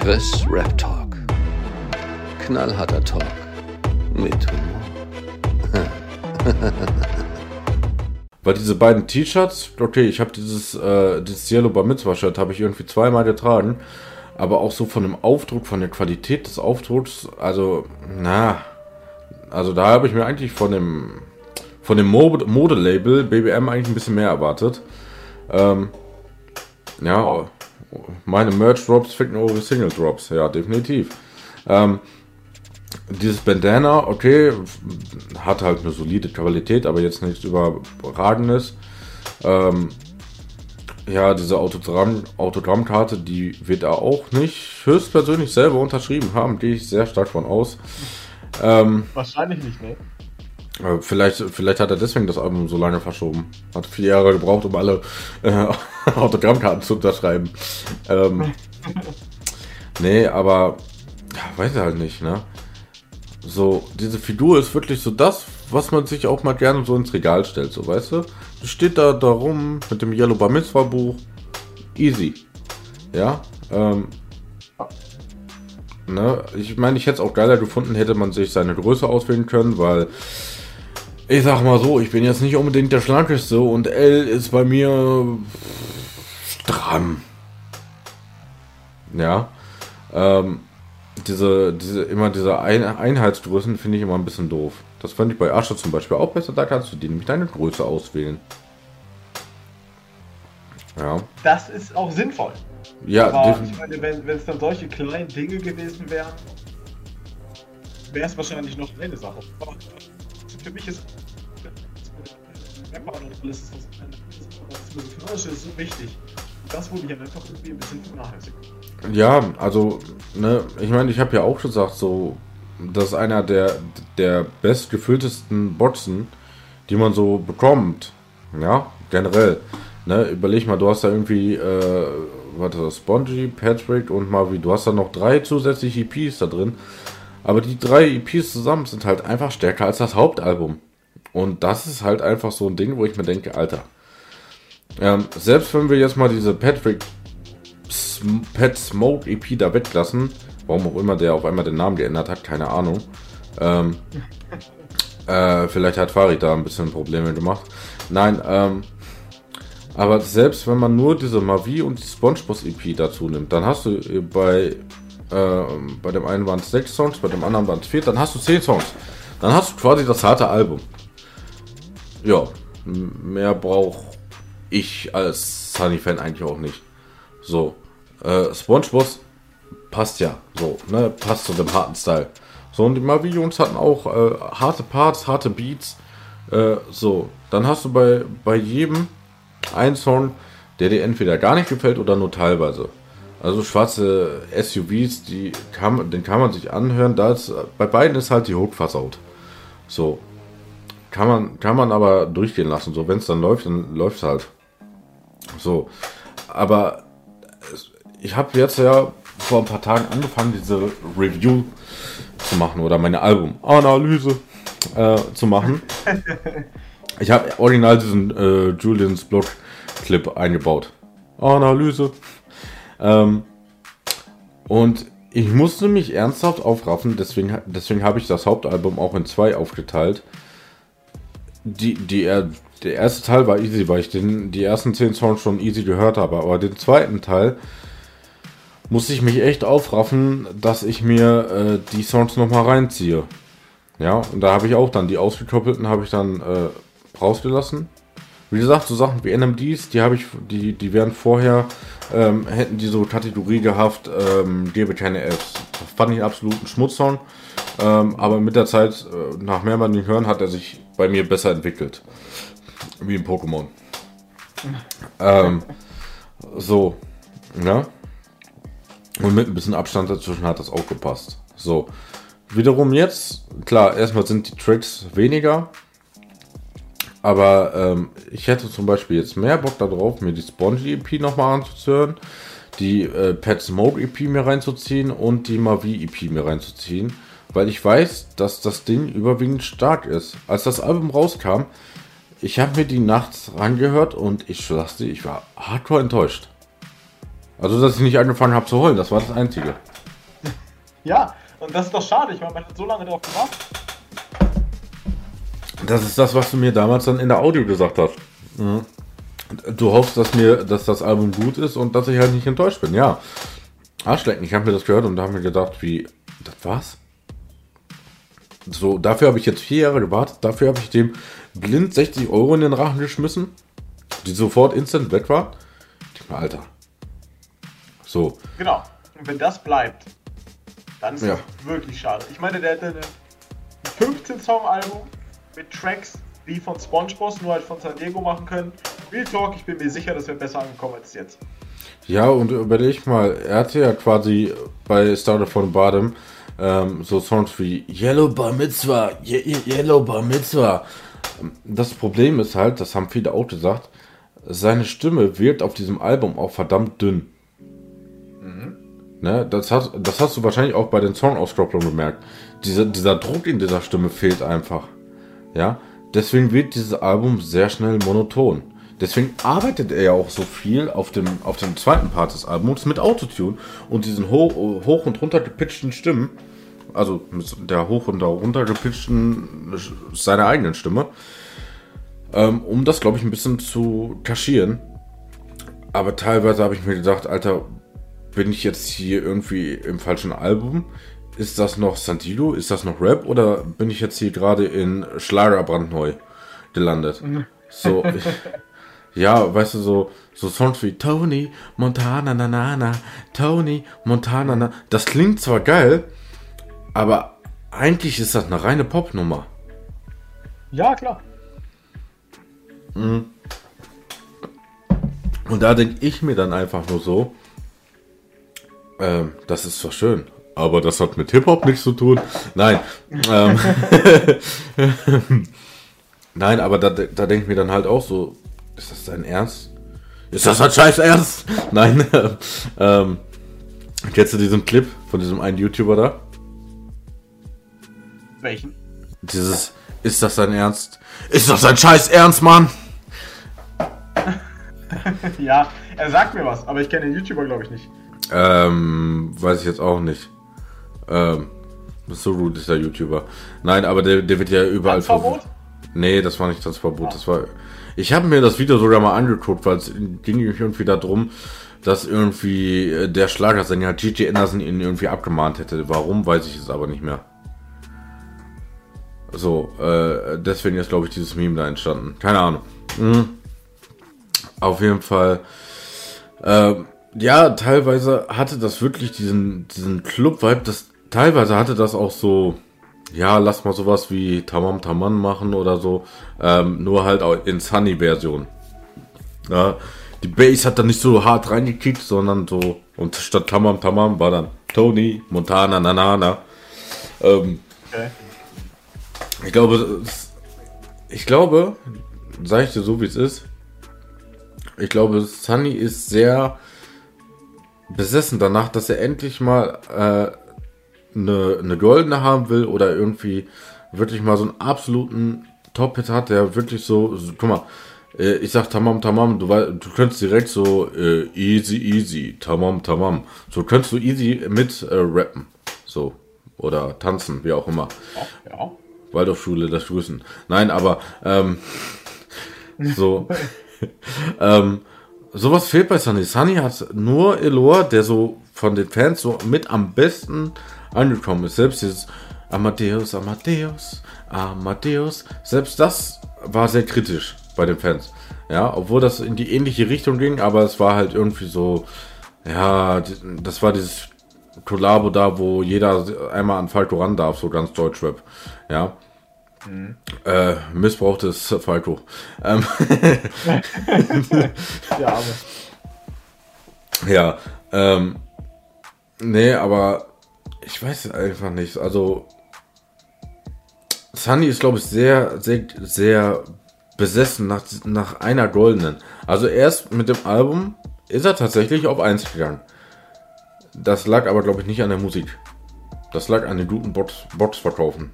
Chris Rap Talk. Knallharter Talk mit Humor. Weil diese beiden T-Shirts, okay, ich habe dieses Yellow Bar Mitzvah Shirt habe ich irgendwie zweimal getragen, aber auch so von dem Aufdruck, von der Qualität des Aufdrucks, also da habe ich mir eigentlich von dem Modelabel BBM eigentlich ein bisschen mehr erwartet. Meine Merch-Drops ficken eure Single-Drops, ja, definitiv. Dieses Bandana, okay, hat halt eine solide Qualität, aber jetzt nichts Überragendes. Diese Autogrammkarte, die wird er auch nicht höchstpersönlich selber unterschrieben haben, gehe ich sehr stark von aus. Wahrscheinlich nicht, ne? Vielleicht hat er deswegen das Album so lange verschoben. Hat 4 Jahre gebraucht, um alle Autogrammkarten zu unterschreiben. Nee, aber weiß ich halt nicht, ne? So, diese Figur ist wirklich so das, was man sich auch mal gerne so ins Regal stellt, so, weißt du? Die steht da rum mit dem Yellow Bar Mitzvah Buch. Easy. Ja, ich meine, ich hätte es auch geiler gefunden, hätte man sich seine Größe auswählen können, weil ich sag mal so, ich bin jetzt nicht unbedingt der Schlankeste und L ist bei mir stramm. Ja, diese Einheitsgrößen finde ich immer ein bisschen doof. Das fand ich bei Asche zum Beispiel auch besser, da kannst du dir nämlich deine Größe auswählen. Ja. Das ist auch sinnvoll. Ja, aber ich meine, wenn es dann solche kleinen Dinge gewesen wären, wäre es wahrscheinlich noch eine Sache. Aber für mich ist Rapper und alles ist das Musikalische ist so wichtig. Das wurde hier einfach irgendwie ein bisschen vernachlässigt. Ja, also, ne, ich meine, ich habe ja auch gesagt, so, das ist einer der bestgefülltesten Boxen, die man so bekommt. Ja, generell. Ne, überleg mal, du hast da irgendwie, Spongy, Patrick und Marvin. Du hast da noch 3 zusätzliche EPs da drin. Aber die 3 EPs zusammen sind halt einfach stärker als das Hauptalbum. Und das ist halt einfach so ein Ding, wo ich mir denke, Alter. Selbst wenn wir jetzt mal diese Pet Smoke EP da weglassen, warum auch immer der auf einmal den Namen geändert hat, keine Ahnung. Vielleicht hat Farid da ein bisschen Probleme gemacht. Nein, aber selbst wenn man nur diese Mavi und die SpongeBob EP dazu nimmt, dann hast du bei dem einen waren es 6 Songs, bei dem anderen waren es 4, dann hast du 10 Songs. Dann hast du quasi das harte Album. Ja, mehr brauche ich als Sunny-Fan eigentlich auch nicht. So, SpongeBob passt ja, so, ne, passt zu dem harten Style. So, und die Mavi-Jungs hatten auch harte Parts, harte Beats. So, dann hast du bei jedem einen Song, der dir entweder gar nicht gefällt oder nur teilweise. Also schwarze SUVs, den kann man sich anhören. Bei beiden ist halt die Hook versaut. So. Kann man aber durchgehen lassen. So, wenn es dann läuft es halt. So. Aber ich habe jetzt ja vor ein paar Tagen angefangen, diese Review zu machen oder meine Album-Analyse zu machen. Ich habe original diesen Julians Blog-Clip eingebaut. Analyse. Und ich musste mich ernsthaft aufraffen, deswegen habe ich das Hauptalbum auch in 2 aufgeteilt. Der erste Teil war easy, weil ich die ersten 10 Songs schon easy gehört habe, aber den zweiten Teil musste ich mich echt aufraffen, dass ich mir die Songs nochmal reinziehe. Ja, und da habe ich auch dann die ausgekoppelten habe ich dann rausgelassen. Wie gesagt, so Sachen wie NMDs, die wären vorher, hätten die so Kategorie gehabt, gebe keine Fs. Das fand ich einen absoluten Schmutzsong. Aber mit der Zeit, nach mehrmaligen Hören, hat er sich bei mir besser entwickelt. Wie ein Pokémon. So, ja. Und mit ein bisschen Abstand dazwischen hat das auch gepasst. So. Wiederum jetzt, klar, erstmal sind die Tracks weniger. Aber ich hätte zum Beispiel jetzt mehr Bock darauf, mir die Spongy EP nochmal anzuhören, die Pet Smoke EP mir reinzuziehen und die Mavi EP mir reinzuziehen, weil ich weiß, dass das Ding überwiegend stark ist. Als das Album rauskam, ich habe mir die nachts angehört und ich war hardcore enttäuscht. Also, dass ich nicht angefangen habe zu heulen, das war das Einzige. Ja, und das ist doch schade. Ich meine, man hat so lange drauf gewartet. Das ist das, was du mir damals dann in der Audio gesagt hast. Mhm. Du hoffst, dass das Album gut ist und dass ich halt nicht enttäuscht bin. Ja, Arschlecken, ich habe mir das gehört und da habe mir gedacht, wie, das war's? So, dafür habe ich jetzt 4 Jahre gewartet, dafür habe ich dem blind 60 Euro in den Rachen geschmissen, die sofort instant weg waren. Ich meine, Alter. So. Genau. Und wenn das bleibt, dann ist Ja. das wirklich schade. Ich meine, der hätte ein 15-Song-Album mit Tracks wie von SpongeBob, nur halt von San Diego machen können. Real Talk, ich bin mir sicher, das wäre besser angekommen als jetzt. Ja, und überleg mal, er hatte ja quasi bei Started from the Bottom so Songs wie Yellow Bar Mitzvah, Yellow Bar Mitzvah. Das Problem ist halt, das haben viele auch gesagt, seine Stimme wirkt auf diesem Album auch verdammt dünn. Ne, das hast du wahrscheinlich auch bei den Songauskopplungen gemerkt. Dieser Druck in dieser Stimme fehlt einfach. Ja, deswegen wird dieses Album sehr schnell monoton. Deswegen arbeitet er ja auch so viel auf dem zweiten Part des Albums mit Autotune und diesen hoch und runter gepitchten Stimmen, also mit der hoch und runter gepitchten seiner eigenen Stimme, um das, glaube ich, ein bisschen zu kaschieren. Aber teilweise habe ich mir gedacht, Alter, bin ich jetzt hier irgendwie im falschen Album? Ist das noch Santido? Ist das noch Rap? Oder bin ich jetzt hier gerade in Schlager brandneu gelandet? So, ja, weißt du, so Songs wie Tony Montana, na, na, na, Tony Montana, na. Das klingt zwar geil, aber eigentlich ist das eine reine Popnummer. Ja, klar. Und da denke ich mir dann einfach nur so, das ist zwar schön, aber das hat mit Hip-Hop nichts zu tun. Nein. Nein, aber da denke ich mir dann halt auch so, ist das dein Ernst? Ist das ein scheiß Ernst? Nein. Kennst du diesen Clip von diesem einen YouTuber da? Welchen? Ist das dein Ernst? Ist das ein scheiß Ernst, Mann? Ja, er sagt mir was, aber ich kenne den YouTuber, glaube ich, nicht. Weiß ich jetzt auch nicht. So gut ist der YouTuber. Nein, aber der wird ja überall Tanzverbot? Nee, das war nicht Tanzverbot. Das war. Ich habe mir das Video sogar mal angeguckt, weil es ging irgendwie darum, dass irgendwie der Schlagersänger Gigi Anderson ihn irgendwie abgemahnt hätte. Warum, weiß ich es aber nicht mehr. So, deswegen ist, glaube ich, dieses Meme da entstanden. Keine Ahnung. Auf jeden Fall. Ja, teilweise hatte das wirklich diesen Club-Vibe. Teilweise hatte das auch so, ja, lass mal sowas wie Tamam Tamam machen oder so. Nur halt auch in Sunny-Version. Ja, die Bass hat dann nicht so hart reingekickt, sondern so, und statt Tamam Tamam war dann Tony Montana Nanana. Okay. Ich glaube, sag ich dir so wie es ist, ich glaube, Sunny ist sehr besessen danach, dass er endlich mal eine goldene haben will oder irgendwie wirklich mal so einen absoluten Top-Hit hat, der wirklich so guck mal, ich sag Tamam Tamam, du könntest direkt so easy easy, Tamam Tamam, so könntest du easy mit rappen, so, oder tanzen, wie auch immer. Ja. Waldorfschule, das Grüßen. Nein, aber so sowas fehlt bei Sunny. Sunny hat nur Elor, der so von den Fans so mit am besten angekommen ist. Selbst dieses Amadeus, Amadeus, Amadeus, selbst das war sehr kritisch bei den Fans. Ja, obwohl das in die ähnliche Richtung ging, aber es war halt irgendwie so, ja, das war dieses Kollabo da, wo jeder einmal an Falco ran darf, so ganz Deutschrap. Ja. Missbrauchtes Falco. Ja, aber. Ja, nee, aber ich weiß einfach nicht. Also, Sunny ist, glaube ich, sehr, sehr, sehr besessen nach einer goldenen. Also, erst mit dem Album ist er tatsächlich auf 1 gegangen. Das lag aber, glaube ich, nicht an der Musik. Das lag an den guten Boxverkäufen.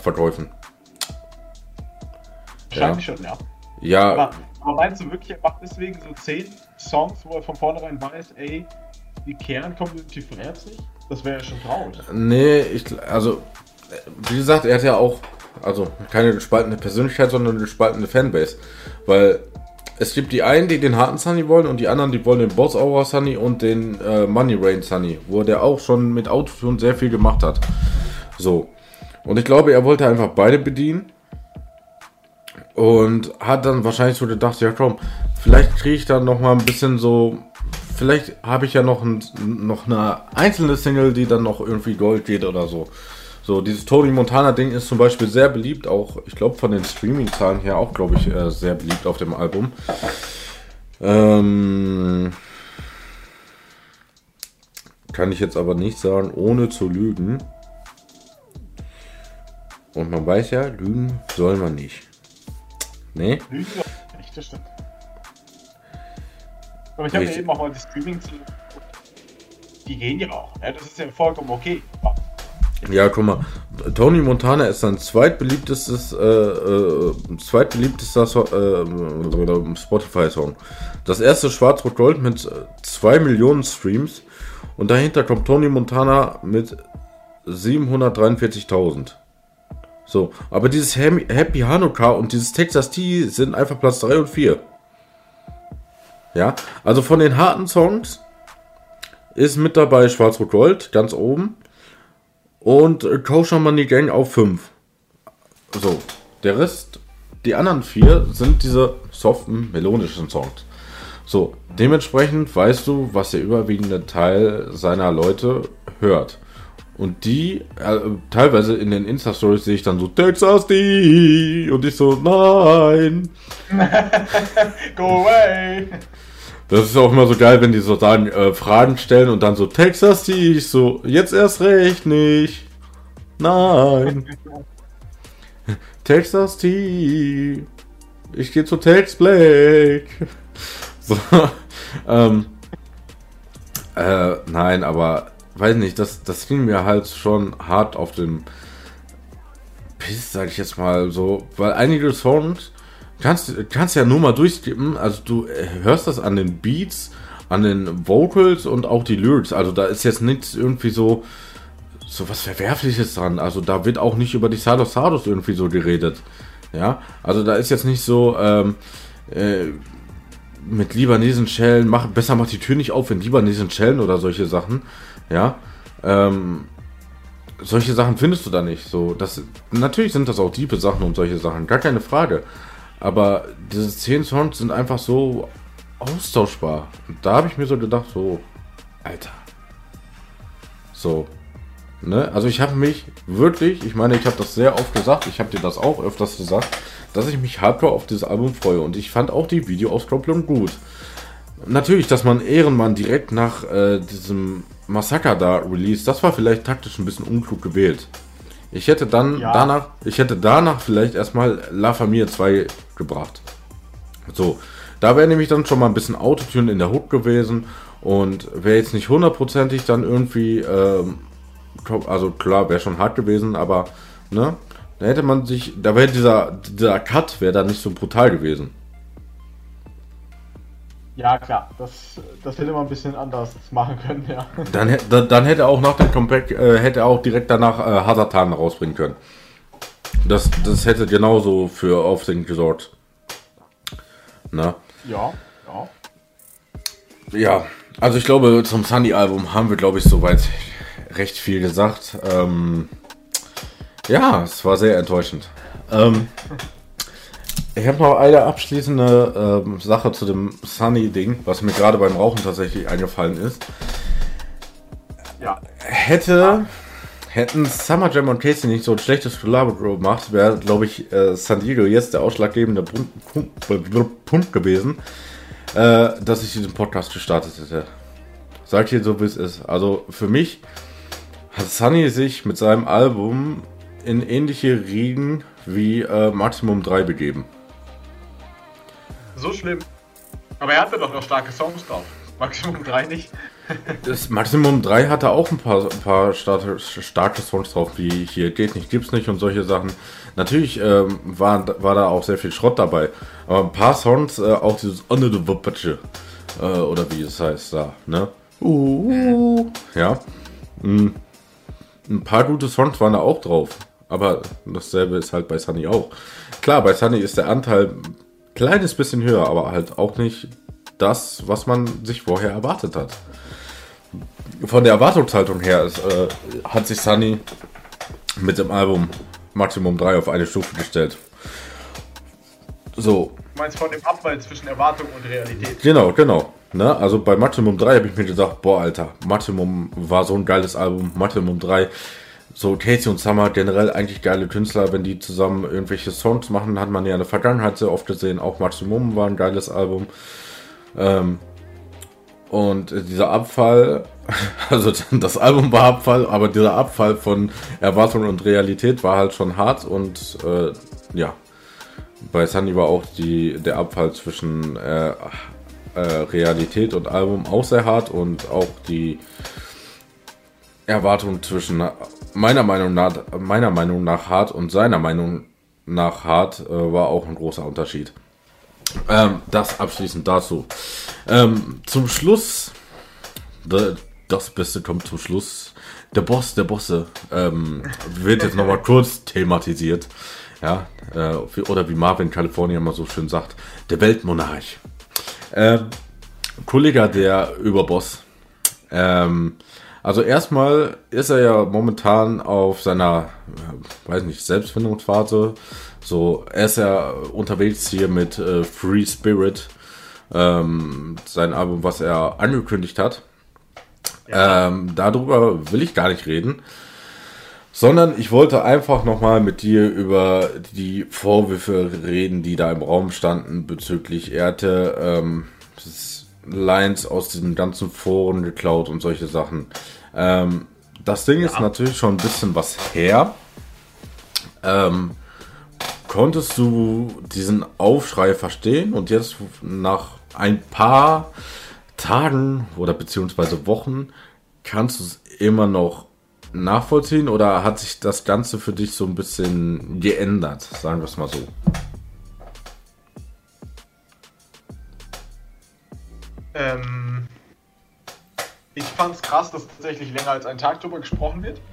Wahrscheinlich schon, ja. Ja. Aber meinst du wirklich, er macht deswegen so 10 Songs, wo er von vornherein weiß, ey, die Kern-Community feiert sich? Das wäre ja schon traurig. Nee, wie gesagt, er hat ja auch, also keine gespaltene Persönlichkeit, sondern eine gespaltene Fanbase. Weil es gibt die einen, die den harten Sunny wollen und die anderen, die wollen den Boss Aura Sunny und den Money Rain Sunny, wo der auch schon mit Autotune sehr viel gemacht hat. So. Und ich glaube, er wollte einfach beide bedienen. Und hat dann wahrscheinlich so gedacht, ja komm, vielleicht kriege ich dann noch mal ein bisschen so, vielleicht habe ich ja noch eine einzelne Single, die dann noch irgendwie Gold geht oder so. So, dieses Tony Montana Ding ist zum Beispiel sehr beliebt, auch, ich glaube von den Streaming-Zahlen her auch, glaube ich, sehr beliebt auf dem Album. Kann ich jetzt aber nicht sagen, ohne zu lügen. Und man weiß ja, lügen soll man nicht. Nee? Lügen nicht, das stimmt. Aber ich habe mir eben auch mal die Streaming, die gehen ja auch, ne? Das ist ja vollkommen okay. Ja, guck mal, Tony Montana ist sein zweitbeliebtester Spotify-Song. Das erste Schwarz-Rot-Gold mit 2 Millionen Streams und dahinter kommt Tony Montana mit 743.000. So, aber dieses Happy Hanukkah und dieses Texas Tea sind einfach Platz 3 und 4. Ja, also von den harten Songs ist mit dabei Schwarz-Rot-Gold ganz oben. Und Kosher Money Gang auf 5. So, der Rest, die anderen 4 sind diese soften, melodischen Songs. So, dementsprechend weißt du, was der überwiegende Teil seiner Leute hört. Und die, teilweise in den Insta-Stories sehe ich dann so, Texas D! Und ich so, nein! Go away! Das ist auch immer so geil, wenn die so sagen, Fragen stellen und dann so, Texas T, ich so, jetzt erst recht nicht. Nein. Texas T, ich gehe zu Tex Black. So, nein, aber, weiß nicht, das ging mir halt schon hart auf den Piss, sag ich jetzt mal so, weil einige Songs kannst ja nur mal durchskippen, also du hörst das an den Beats, an den Vocals und auch die Lyrics, also da ist jetzt nichts irgendwie so was Verwerfliches dran, also da wird auch nicht über die Side of Stardust irgendwie so geredet, ja, also da ist jetzt nicht so, mit libanesen Schellen, besser mach die Tür nicht auf, wenn libanesen Schellen oder solche Sachen, ja, solche Sachen findest du da nicht, so, natürlich sind das auch tiefe Sachen und solche Sachen, gar keine Frage. Aber diese 10 Songs sind einfach so austauschbar. Und da habe ich mir so gedacht, so, Alter. So, ne? Also ich habe mich wirklich, ich meine, ich habe das sehr oft gesagt, ich habe dir das auch öfters gesagt, dass ich mich hardcore auf dieses Album freue. Und ich fand auch die Videoauskopplung gut. Natürlich, dass man Ehrenmann direkt nach diesem Massaker da release, das war vielleicht taktisch ein bisschen unklug gewählt. Ich hätte danach vielleicht erstmal La Familia 2 gebracht. So, da wäre nämlich dann schon mal ein bisschen Autotune in der Hook gewesen und wäre jetzt nicht hundertprozentig dann irgendwie, also klar, wäre schon hart gewesen, aber, ne, da hätte man da wäre dieser Cut wäre dann nicht so brutal gewesen. Ja, klar, das hätte man ein bisschen anders machen können, ja. Dann hätte er auch nach dem Comeback, hätte er auch direkt danach Hasatan rausbringen können. Das hätte genauso für Aufsehen gesorgt. Na? Ja. Ja, also ich glaube, zum Sunny-Album haben wir, glaube ich, soweit recht viel gesagt. Ja, es war sehr enttäuschend. Ich habe noch eine abschließende Sache zu dem Sunny-Ding, was mir gerade beim Rauchen tatsächlich eingefallen ist. Ja. Hätten Summer Jam und Casey nicht so ein schlechtes Collabo gemacht, wäre, glaube ich, San Diego jetzt der ausschlaggebende Punkt gewesen, dass ich diesen Podcast gestartet hätte. Sag dir so, wie es ist. Also für mich hat Sunny sich mit seinem Album in ähnliche Riegen wie Maximum 3 begeben. So schlimm. Aber er hatte doch noch starke Songs drauf. Maximum 3 nicht. Das Maximum 3 hatte auch ein paar starke Songs drauf, wie hier Geht nicht, gibt's nicht und solche Sachen. Natürlich war da auch sehr viel Schrott dabei. Aber ein paar Songs, auch dieses Under the Wuppatsche, oder wie es heißt da, ne? Ja. Ein paar gute Songs waren da auch drauf. Aber dasselbe ist halt bei Sunny auch. Klar, bei Sunny ist der Anteil ein kleines bisschen höher, aber halt auch nicht das, was man sich vorher erwartet hat. Von der Erwartungshaltung her hat sich Sunny mit dem Album Maximum 3 auf eine Stufe gestellt. So. Du meinst von dem Abfall zwischen Erwartung und Realität? Genau. Ne? Also bei Maximum 3 habe ich mir gesagt, boah, Alter, Maximum war so ein geiles Album. Maximum 3, so Casey und Summer, generell eigentlich geile Künstler, wenn die zusammen irgendwelche Songs machen, hat man ja in der Vergangenheit sehr oft gesehen. Auch Maximum war ein geiles Album. Und dieser Abfall, also das Album war Abfall, aber dieser Abfall von Erwartung und Realität war halt schon hart und ja. Bei Sunny war auch der Abfall zwischen Realität und Album auch sehr hart und auch die Erwartung zwischen meiner Meinung nach hart und seiner Meinung nach hart war auch ein großer Unterschied. Das abschließend dazu. Zum Schluss, das Beste kommt zum Schluss. Der Bosse wird jetzt nochmal kurz thematisiert. Ja, oder wie Marvin California immer so schön sagt, der Weltmonarch. Kollege der Überboss. Also erstmal ist er ja momentan auf seiner, Selbstfindungsphase. So, er ist ja unterwegs hier mit Free Spirit, sein Album, was er angekündigt hat. Ja. Darüber will ich gar nicht reden. Sondern ich wollte einfach nochmal mit dir über die Vorwürfe reden, die da im Raum standen bezüglich, er hatte Lines aus diesen ganzen Foren geklaut und solche Sachen. Das Ding ist natürlich schon ein bisschen was her. Konntest du diesen Aufschrei verstehen? Und jetzt nach ein paar Tagen oder beziehungsweise Wochen kannst du es immer noch nachvollziehen oder hat sich das Ganze für dich so ein bisschen geändert, sagen wir es mal so? Ich fand es krass, dass tatsächlich länger als ein Tag drüber gesprochen wird.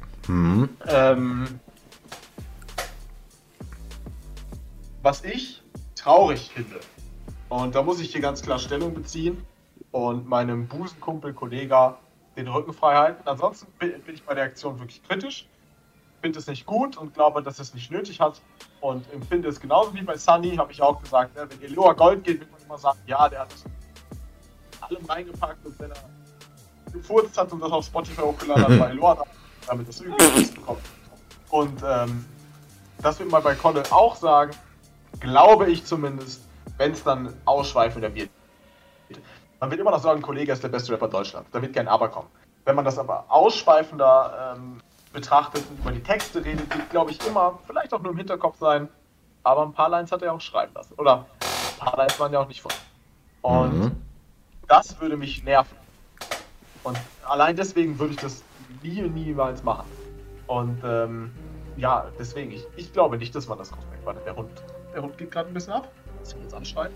Was ich traurig finde, und da muss ich hier ganz klar Stellung beziehen und meinem Busenkumpel, Kollege den Rücken frei halten. Ansonsten bin ich bei der Aktion wirklich kritisch, finde es nicht gut und glaube, dass es nicht nötig hat und empfinde es genauso wie bei Sunny, habe ich auch gesagt, ne, wenn Eloa Gold geht, wird man immer sagen, ja, der hat allem reingepackt und wenn er gefurzt hat und das auf Spotify hochgeladen hat, bei Eloa, damit das übrigens bekommt. Und das wird man bei Kolle auch sagen, glaube ich zumindest, wenn es dann ausschweifender wird. Man wird immer noch sagen, Kollege ist der beste Rapper Deutschlands. Da wird kein Aber kommen. Wenn man das aber ausschweifender betrachtet und über die Texte redet, wird, glaube ich, immer, vielleicht auch nur im Hinterkopf sein, aber ein paar Lines hat er auch schreiben lassen. Oder ein paar Lines waren ja auch nicht voll. Und das würde mich nerven. Und allein deswegen würde ich das niemals machen. Und ja, deswegen, ich glaube nicht, dass man das groß merkt. Warte, der Hund geht gerade ein bisschen ab. Lass ihn jetzt anschreien.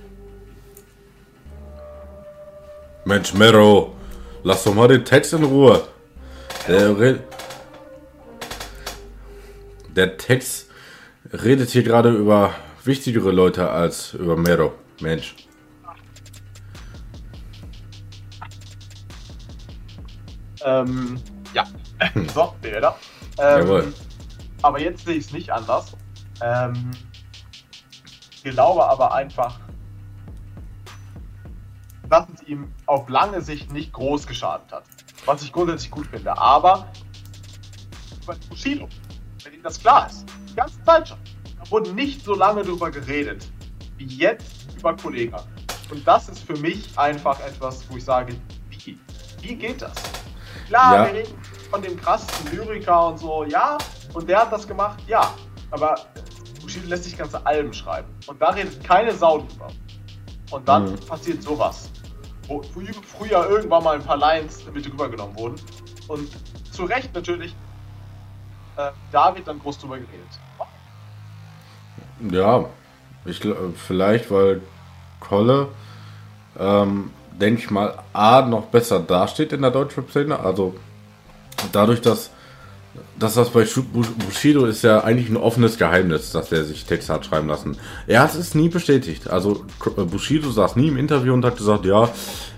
Mensch, Mero, lass doch mal den Text in Ruhe. Der Text redet hier gerade über wichtigere Leute als über Mero. Mensch. Ja. So, bin wieder da. Jawohl. Aber jetzt sehe ich es nicht anders. Glaube aber einfach, dass es ihm auf lange Sicht nicht groß geschadet hat. Was ich grundsätzlich gut finde. Aber bei Bushido, wenn ihm das klar ist, die ganze Zeit schon, da wurde nicht so lange drüber geredet, wie jetzt über Kollegen. Und das ist für mich einfach etwas, wo ich sage, wie geht das? Klar, ja. Wir reden von dem krassesten Lyriker und so, ja, und der hat das gemacht, ja. Aber Bushido lässt sich ganze Alben schreiben. Und da redet keine Sau drüber. Und dann passiert sowas. Wo früher irgendwann mal ein paar Lines mit rübergenommen wurden. Und zu Recht natürlich, da wird dann groß drüber geredet. Ja, vielleicht, weil Kolle denke ich mal, noch besser dasteht in der Deutschrap-Szene. Also dadurch, dass das bei Bushido ist ja eigentlich ein offenes Geheimnis, dass der sich Texte hat schreiben lassen. Er hat es nie bestätigt. Also Bushido saß nie im Interview und hat gesagt, ja,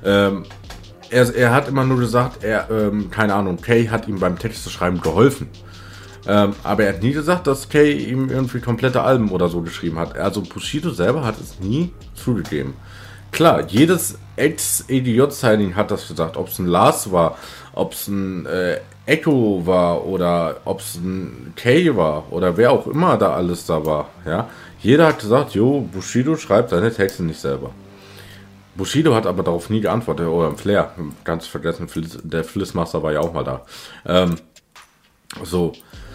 er hat immer nur gesagt, keine Ahnung, Kay hat ihm beim Texte schreiben geholfen. Aber er hat nie gesagt, dass Kay ihm irgendwie komplette Alben oder so geschrieben hat. Also Bushido selber hat es nie zugegeben. Klar, jedes Ex-EDJ-Signing hat das gesagt, ob es ein Lars war, ob es ein Echo war oder ob es ein Kay war oder wer auch immer da alles da war. Ja? Jeder hat gesagt, Bushido schreibt seine Texte nicht selber. Bushido hat aber darauf nie geantwortet, oder Flair, ganz vergessen, der Flissmaster war ja auch mal da. So.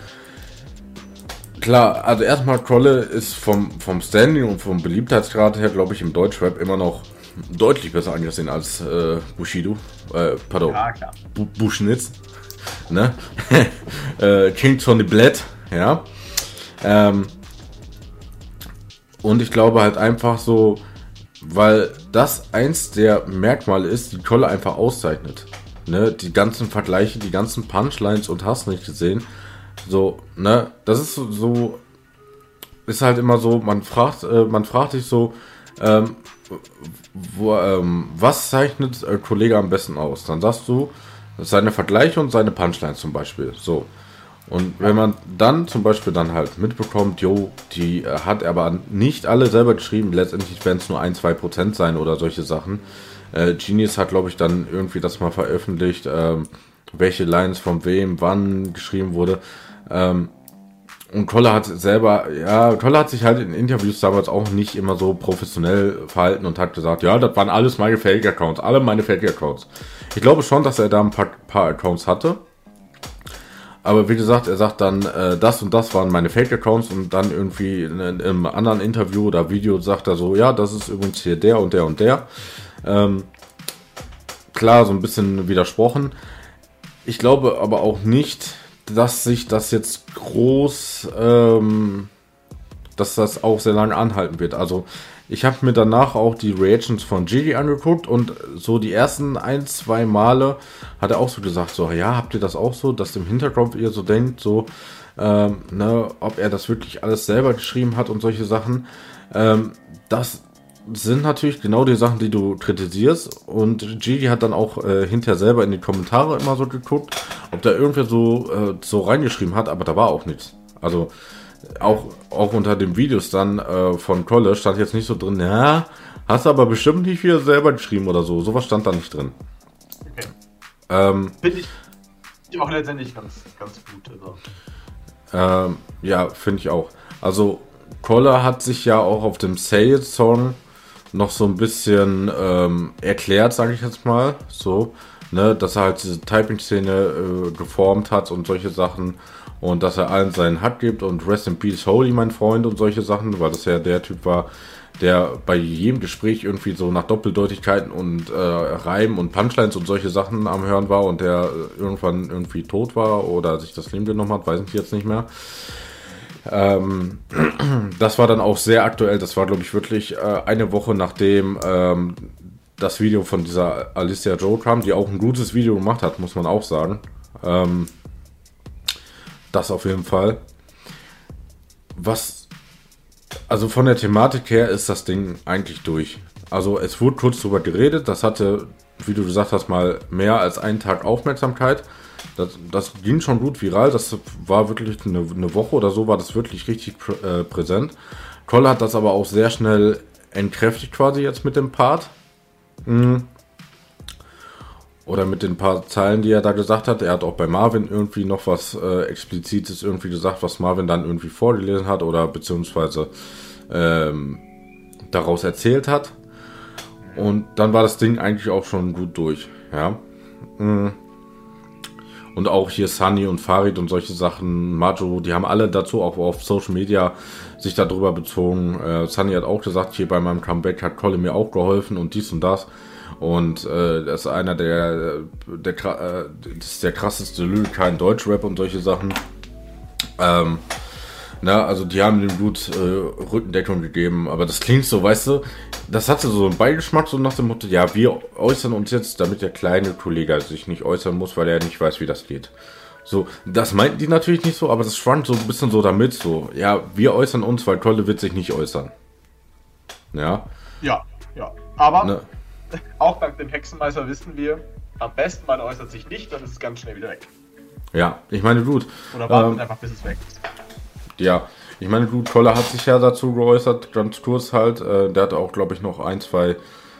Klar, also erstmal Kolle ist vom Standing und vom Beliebtheitsgrad her, glaube ich, im Deutschrap immer noch deutlich besser angesehen als Bushido. Pardon, ja, klar. Buschnitz. Ne? King Tony Blatt, ja. Und ich glaube halt einfach so, weil das eins der Merkmale ist, die Kolle einfach auszeichnet. Ne? Die ganzen Vergleiche, die ganzen Punchlines und hast nicht gesehen. So, ne? Das ist so, ist halt immer so, man fragt sich so, was zeichnet ein Kollege am besten aus? Dann sagst du, seine Vergleiche und seine Punchlines zum Beispiel. So. Und wenn man dann zum Beispiel dann halt mitbekommt, die hat aber nicht alle selber geschrieben, letztendlich werden es nur 1-2% sein oder solche Sachen. Genius hat, glaube ich, dann irgendwie das mal veröffentlicht, welche Lines von wem, wann geschrieben wurde. Und Kolle hat sich halt in Interviews damals auch nicht immer so professionell verhalten und hat gesagt, ja, das waren alles meine Fake-Accounts, alle meine Fake-Accounts. Ich glaube schon, dass er da ein paar Accounts hatte. Aber wie gesagt, er sagt dann, das und das waren meine Fake-Accounts und dann irgendwie in einem anderen Interview oder Video sagt er so, ja, das ist übrigens hier der und der und der. Klar, so ein bisschen widersprochen. Ich glaube aber auch nicht, dass sich das jetzt groß, dass das auch sehr lange anhalten wird. Also ich habe mir danach auch die Reactions von Gigi angeguckt und so die ersten 1-2 Male hat er auch so gesagt, so, ja, habt ihr das auch so, dass im Hinterkopf ihr so denkt, so, ob er das wirklich alles selber geschrieben hat und solche Sachen. Das sind natürlich genau die Sachen, die du kritisierst, und Gigi hat dann auch hinterher selber in die Kommentare immer so geguckt, ob da irgendwer so reingeschrieben hat, aber da war auch nichts. Also auch unter den Videos dann von Kolle stand jetzt nicht so drin, ja, hast aber bestimmt nicht wieder selber geschrieben oder so. Sowas stand da nicht drin. Okay. Finde ich auch letztendlich ganz gut. Also. Ja, finde ich auch. Also Kolle hat sich ja auch auf dem Sales-Song noch so ein bisschen erklärt, sage ich jetzt mal, so, ne, dass er halt diese Typing-Szene geformt hat und solche Sachen und dass er allen seinen Hack gibt und Rest in Peace Holy, mein Freund, und solche Sachen, weil das ja der Typ war, der bei jedem Gespräch irgendwie so nach Doppeldeutigkeiten und Reimen und Punchlines und solche Sachen am Hören war und der irgendwann irgendwie tot war oder sich das Leben genommen hat, weiß ich jetzt nicht mehr. Das war dann auch sehr aktuell, das war, glaube ich, wirklich eine Woche nachdem das Video von dieser Alicia Joe kam, die auch ein gutes Video gemacht hat, muss man auch sagen. Das auf jeden Fall. Also von der Thematik her ist das Ding eigentlich durch. Also es wurde kurz drüber geredet, das hatte, wie du gesagt hast, mal mehr als einen Tag Aufmerksamkeit. Das ging schon gut viral, das war wirklich eine Woche oder so, war das wirklich richtig präsent. Kolle hat das aber auch sehr schnell entkräftigt quasi jetzt mit dem Part. Oder mit den paar Zeilen, die er da gesagt hat. Er hat auch bei Marvin irgendwie noch was Explizites irgendwie gesagt, was Marvin dann irgendwie vorgelesen hat oder beziehungsweise daraus erzählt hat. Und dann war das Ding eigentlich auch schon gut durch, ja. Und auch hier Sunny und Farid und solche Sachen, Majo, die haben alle dazu auch auf Social Media sich darüber bezogen. Sunny hat auch gesagt, hier bei meinem Comeback hat Kolle mir auch geholfen und dies und das. Und das ist einer das ist der krasseste Lyriker in Deutschrap und solche Sachen. Na, also die haben dem Dude Rückendeckung gegeben, aber das klingt so, weißt du, das hatte so einen Beigeschmack, so nach dem Motto, ja, wir äußern uns jetzt, damit der kleine Kollege sich nicht äußern muss, weil er nicht weiß, wie das geht. So, das meinten die natürlich nicht so, aber das schwankt so ein bisschen so damit, so, ja, wir äußern uns, weil Kolle wird sich nicht äußern. Ja. Ja. Aber Ne. auch dank dem Hexenmeister wissen wir, am besten man äußert sich nicht, dann ist es ganz schnell wieder weg. Ja, ich meine, Dude. Oder wartet einfach, bis es weg ist. Ja, ich meine, Dude, Kolle hat sich ja dazu geäußert, ganz kurz halt. Der hatte auch, glaube ich, noch 1, 2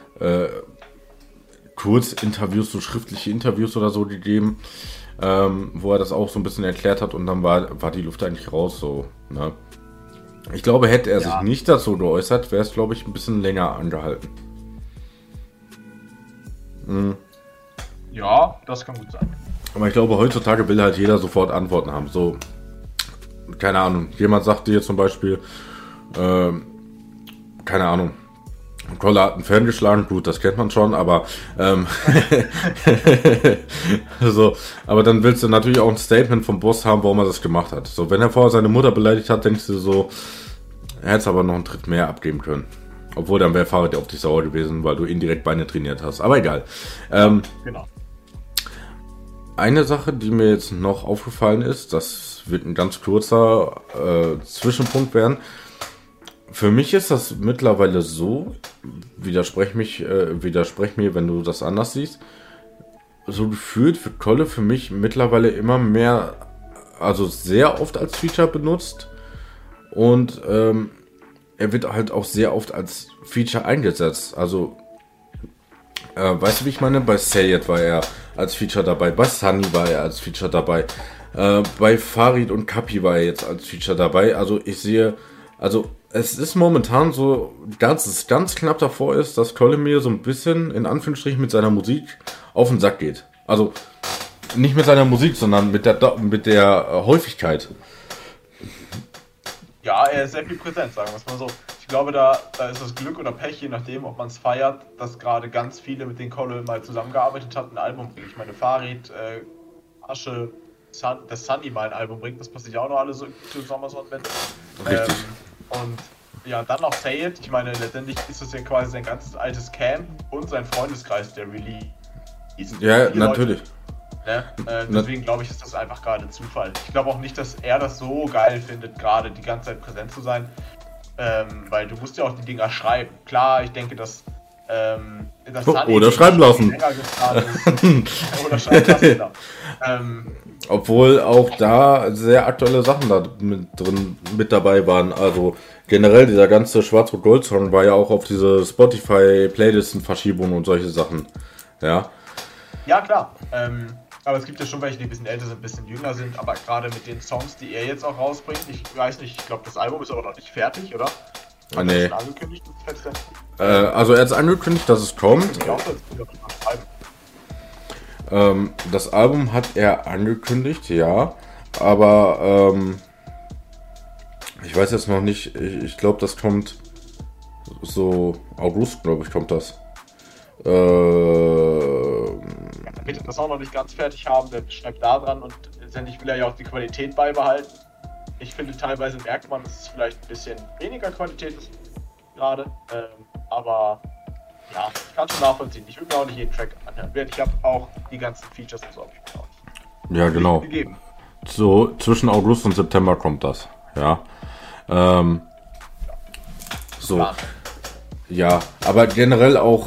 Kurzinterviews, so schriftliche Interviews oder so gegeben, wo er das auch so ein bisschen erklärt hat und dann war die Luft eigentlich raus, so, ne? Ich glaube, hätte er sich nicht dazu geäußert, wäre es, glaube ich, ein bisschen länger angehalten. Ja, das kann gut sein. Aber ich glaube, heutzutage will halt jeder sofort Antworten haben. So, keine Ahnung, jemand sagt dir zum Beispiel, keine Ahnung, Kolle hat einen Fan geschlagen, gut, das kennt man schon, aber so, aber dann willst du natürlich auch ein Statement vom Boss haben, warum er das gemacht hat. So, wenn er vorher seine Mutter beleidigt hat, denkst du so, er hätte es aber noch einen Tritt mehr abgeben können. Obwohl, dann wäre Farid auf dich sauer gewesen, weil du indirekt Beine trainiert hast. Aber egal. Genau. Eine Sache, die mir jetzt noch aufgefallen ist, das wird ein ganz kurzer Zwischenpunkt werden. Für mich ist das mittlerweile so, widersprech mir, wenn du das anders siehst, so gefühlt wird Kolle für mich mittlerweile immer mehr, also sehr oft als Feature benutzt und er wird halt auch sehr oft als Feature eingesetzt. Also, weißt du, wie ich meine? Bei Sayed war er als Feature dabei, bei Sunny war er als Feature dabei, bei Farid und Kapi war er jetzt als Feature dabei. Also ich sehe, also es ist momentan so, dass es ganz knapp davor ist, dass Kolle mir so ein bisschen, in Anführungsstrichen, mit seiner Musik auf den Sack geht. Also nicht mit seiner Musik, sondern mit der Häufigkeit. Ja, er ist sehr viel präsent, sagen wir es mal so. Ich glaube, da ist das Glück oder Pech, je nachdem, ob man es feiert, dass gerade ganz viele, mit denen Kolle mal zusammengearbeitet hat, ein Album bringen. Ich meine, Farid, Asche, dass Sunny mal ein Album bringt, das passiert ja auch noch alle so zusammen so ein Richtig. Und ja, dann noch Sayed. Ich meine, letztendlich ist das ja quasi sein ganzes altes Camp und sein Freundeskreis, der Release. Ja, natürlich. Ne? Deswegen glaube ich, ist das einfach gerade Zufall. Ich glaube auch nicht, dass er das so geil findet, gerade die ganze Zeit präsent zu sein. Weil du musst ja auch die Dinger schreiben. Klar, ich denke, dass oder schreiben lassen. Oder schreiben lassen, genau. Obwohl auch da sehr aktuelle Sachen da mit dabei waren. Also generell dieser ganze Schwarz-Rot-Gold-Song war ja auch auf diese Spotify-Playlisten-Verschiebung und solche Sachen. Ja. Ja, klar. Aber es gibt ja schon welche, die ein bisschen älter sind, ein bisschen jünger sind. Aber gerade mit den Songs, die er jetzt auch rausbringt, ich weiß nicht, ich glaube, das Album ist aber noch nicht fertig, oder? Ah, nee. Schon angekündigt, das ist also er hat angekündigt, dass es kommt. Das Album hat er angekündigt, ja. Aber ich weiß jetzt noch nicht, ich glaube, das kommt so August, glaube ich, kommt das. Damit wir das auch noch nicht ganz fertig haben, der schreibt da dran und letztendlich will er ja auch die Qualität beibehalten. Ich finde, teilweise merkt man, dass es vielleicht ein bisschen weniger Qualität ist gerade, aber ja, ich kann schon nachvollziehen. Ich würde mir auch nicht jeden Track anhören. Ich habe auch die ganzen Features und so habe ich mir auch nicht. Ja, genau. Gegeben. So zwischen August und September kommt das, ja. So. Klar. Ja, aber generell auch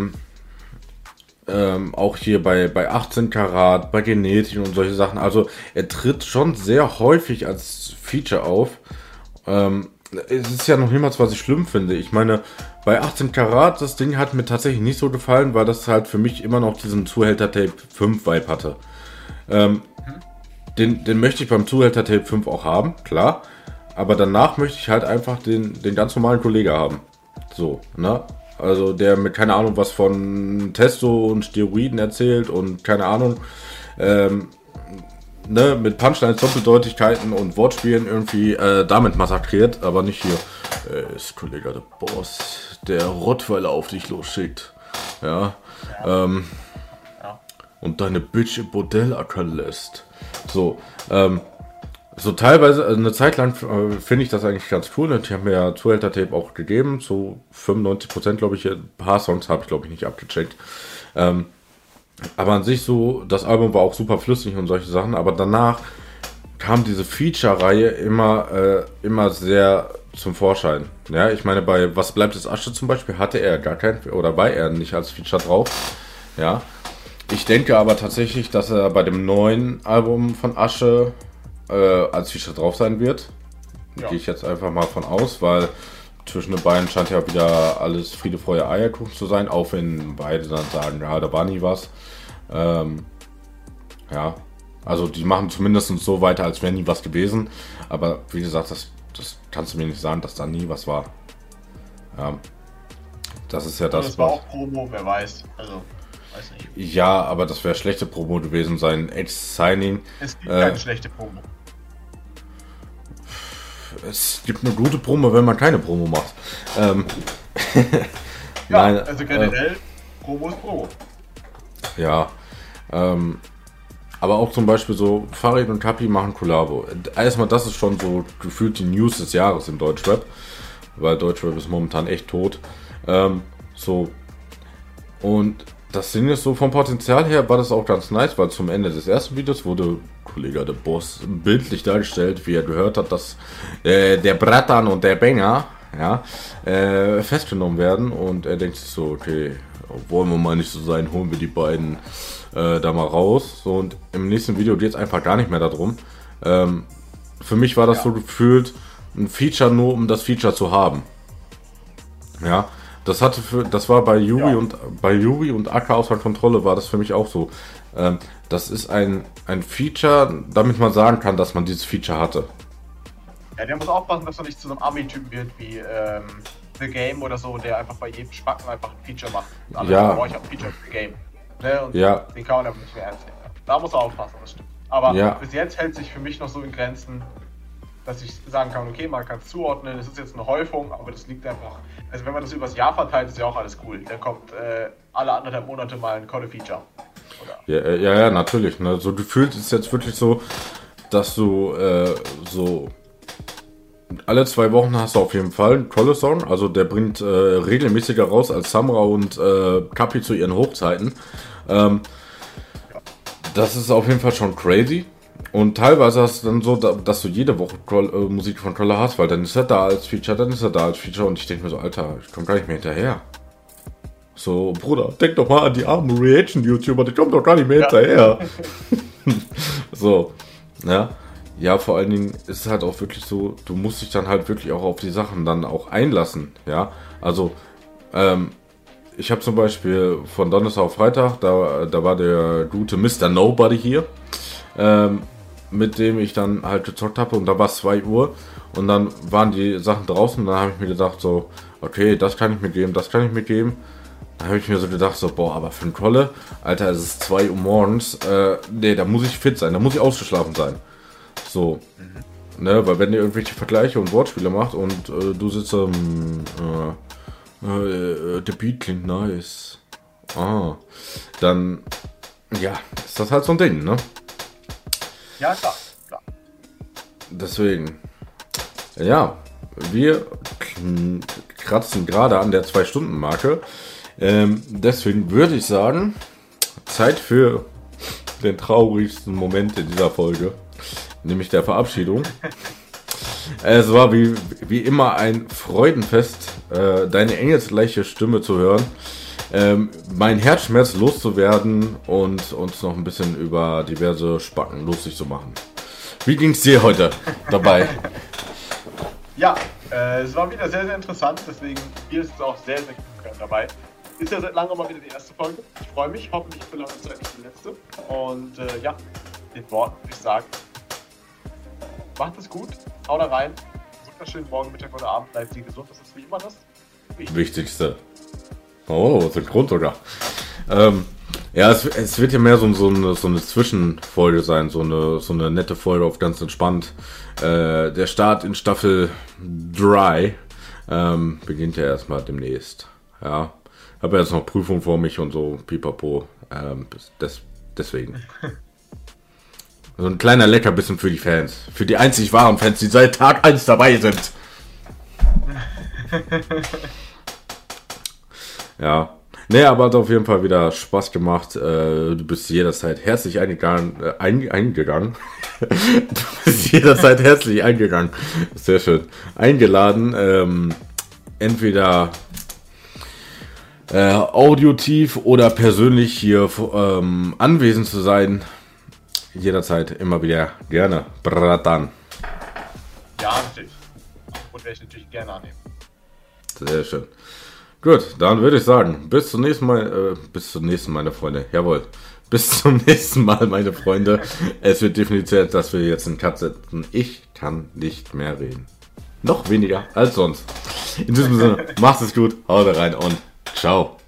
hier bei 18 Karat, bei Genetik und solche Sachen. Also er tritt schon sehr häufig als Feature auf. Es ist ja noch niemals, was ich schlimm finde. Ich meine, bei 18 Karat, das Ding hat mir tatsächlich nicht so gefallen, weil das halt für mich immer noch diesen Zuhälter-Tape 5 Vibe hatte. Den möchte ich beim Zuhälter-Tape 5 auch haben, klar. Aber danach möchte ich halt einfach den ganz normalen Kollegen haben. So, ne? Also der mit keine Ahnung was von Testo und Steroiden erzählt und keine Ahnung, ne, mit Punchlines, Doppeldeutigkeiten und Wortspielen irgendwie damit massakriert, aber nicht hier, ist Kollege der Boss, der Rottweiler auf dich losschickt. Ja. Und deine Bitch im Bordell ackern lässt. So, So teilweise, eine Zeit lang finde ich das eigentlich ganz cool. Ich habe mir ja Zuhälter Tape auch gegeben, so 95% glaube ich. Ein paar Songs habe ich glaube ich nicht abgecheckt. Aber an sich so, das Album war auch super flüssig und solche Sachen. Aber danach kam diese Feature-Reihe immer sehr zum Vorschein. Ja, ich meine, bei Was bleibt des Asche zum Beispiel hatte er gar kein, oder war er nicht als Feature drauf. Ja, ich denke aber tatsächlich, dass er bei dem neuen Album von Asche als Feature drauf sein wird. Ja. Gehe ich jetzt einfach mal von aus, weil zwischen den beiden scheint ja wieder alles Friede, Freude, Eierkuchen zu sein, auch wenn beide dann sagen, ja, da war nie was. Ja, also die machen zumindest so weiter, als wäre nie was gewesen. Aber wie gesagt, das kannst du mir nicht sagen, dass da nie was war. Ja, das ist ja das. Das war auch Promo, wer weiß. Also, weiß nicht. Ja, aber das wäre schlechte Promo gewesen, sein Edge-Signing. Es gibt keine schlechte Promo. Es gibt eine gute Promo, wenn man keine Promo macht. Ja, nein, also generell, Promo ist Promo. Ja, aber auch zum Beispiel so, Farid und Kapi machen Kollabo. Erstmal, das ist schon so gefühlt die News des Jahres im Deutschrap, weil Deutschrap ist momentan echt tot. So, und das Ding ist so, vom Potenzial her war das auch ganz nice, weil zum Ende des ersten Videos wurde Kollege der Boss bildlich dargestellt, wie er gehört hat, dass der Bratan und der Banger festgenommen werden, und er denkt sich so, okay, wollen wir mal nicht so sein, holen wir die beiden da mal raus. So, und im nächsten Video geht es einfach gar nicht mehr darum. Für mich war das so gefühlt ein Feature nur, um das Feature zu haben. Ja, das war bei Yuri und Akka außer Kontrolle war das für mich auch so. Das ist ein Feature, damit man sagen kann, dass man dieses Feature hatte. Ja, der muss aufpassen, dass er nicht zu so einem Army-Typen wird wie The Game oder so, der einfach bei jedem Spacken einfach ein Feature macht. Und ja. Ich habe ein Feature für The Game. Ne? Und ja. Den kann man aber nicht mehr ernst nehmen. Da muss er aufpassen, das stimmt. Aber bis jetzt hält sich für mich noch so in Grenzen, dass ich sagen kann, okay, man kann es zuordnen, es ist jetzt eine Häufung, aber das liegt einfach, also wenn man das übers Jahr verteilt, ist ja auch alles cool. Dann kommt alle 1,5 Monate mal ein Code-Feature. Ja, natürlich. Ne? So gefühlt ist es jetzt wirklich so, dass du so alle 2 Wochen hast du auf jeden Fall einen Trolle-Song, also der bringt regelmäßiger raus als Samra und Kapi zu ihren Hochzeiten. Das ist auf jeden Fall schon crazy. Und teilweise hast du dann so, dass du jede Woche Musik von Trolle hast, weil dann ist er da als Feature, dann ist er da als Feature, und ich denke mir so, Alter, ich komme gar nicht mehr hinterher. So, Bruder, denk doch mal an die armen Reaction-YouTuber, die kommen doch gar nicht mehr hinterher. So, ja. Ja, vor allen Dingen ist es halt auch wirklich so, du musst dich dann halt wirklich auch auf die Sachen dann auch einlassen, ja. Also, ich habe zum Beispiel von Donnerstag auf Freitag, da war der gute Mr. Nobody hier, mit dem ich dann halt gezockt habe, und da war es 2 Uhr und dann waren die Sachen draußen, und dann habe ich mir gedacht so, okay, das kann ich mir geben, das kann ich mir geben. Da habe ich mir so gedacht so, boah, aber für eine Trolle, Alter, es ist 2 Uhr morgens, nee, da muss ich fit sein, da muss ich ausgeschlafen sein. So, ne, weil wenn ihr irgendwelche Vergleiche und Wortspiele macht und du sitzt der Beat klingt nice, dann, ja, ist das halt so ein Ding, ne? Ja, klar. Deswegen, ja, wir kratzen gerade an der 2-Stunden-Marke. Deswegen würde ich sagen, Zeit für den traurigsten Moment in dieser Folge, nämlich der Verabschiedung. Es war wie immer ein Freudenfest, deine engelsgleiche Stimme zu hören, mein Herzschmerz loszuwerden und uns noch ein bisschen über diverse Spacken lustig zu machen. Wie ging es dir heute dabei? Ja, es war wieder sehr, sehr interessant, deswegen hier ist es auch sehr, sehr gut dabei. Ist ja seit langem mal wieder die erste Folge. Ich freue mich, hoffentlich für lange Zeit nicht die letzte. Und ja, den Worten würde ich sagen, macht es gut, haut da rein. Wunderschönen Morgen, Mittag oder Abend, bleibt Sie gesund, das ist wie immer das Wichtigste. Oh, synchron sogar. Ja, es wird ja mehr so eine Zwischenfolge sein, so eine nette Folge auf ganz entspannt. Der Start in Staffel 3 beginnt ja erstmal demnächst. Ja, habe jetzt noch Prüfung vor mich und so, pipapo. Deswegen. So ein kleiner Leckerbissen für die Fans. Für die einzig wahren Fans, die seit Tag 1 dabei sind. Ja. Nee, aber hat auf jeden Fall wieder Spaß gemacht. Du bist jederzeit herzlich eingegangen. Du bist jederzeit herzlich eingegangen. Sehr schön. Eingeladen. Entweder audiotief oder persönlich hier anwesend zu sein. Jederzeit immer wieder gerne. Bratan. Ja, natürlich. Und werde ich natürlich gerne annehmen. Sehr schön. Gut, dann würde ich sagen, bis zum nächsten Mal, meine Freunde. Jawohl. Bis zum nächsten Mal, meine Freunde. Es wird definitiv Zeit, dass wir jetzt einen Cut setzen. Ich kann nicht mehr reden. Noch weniger als sonst. In diesem Sinne, macht es gut, haut rein und ciao.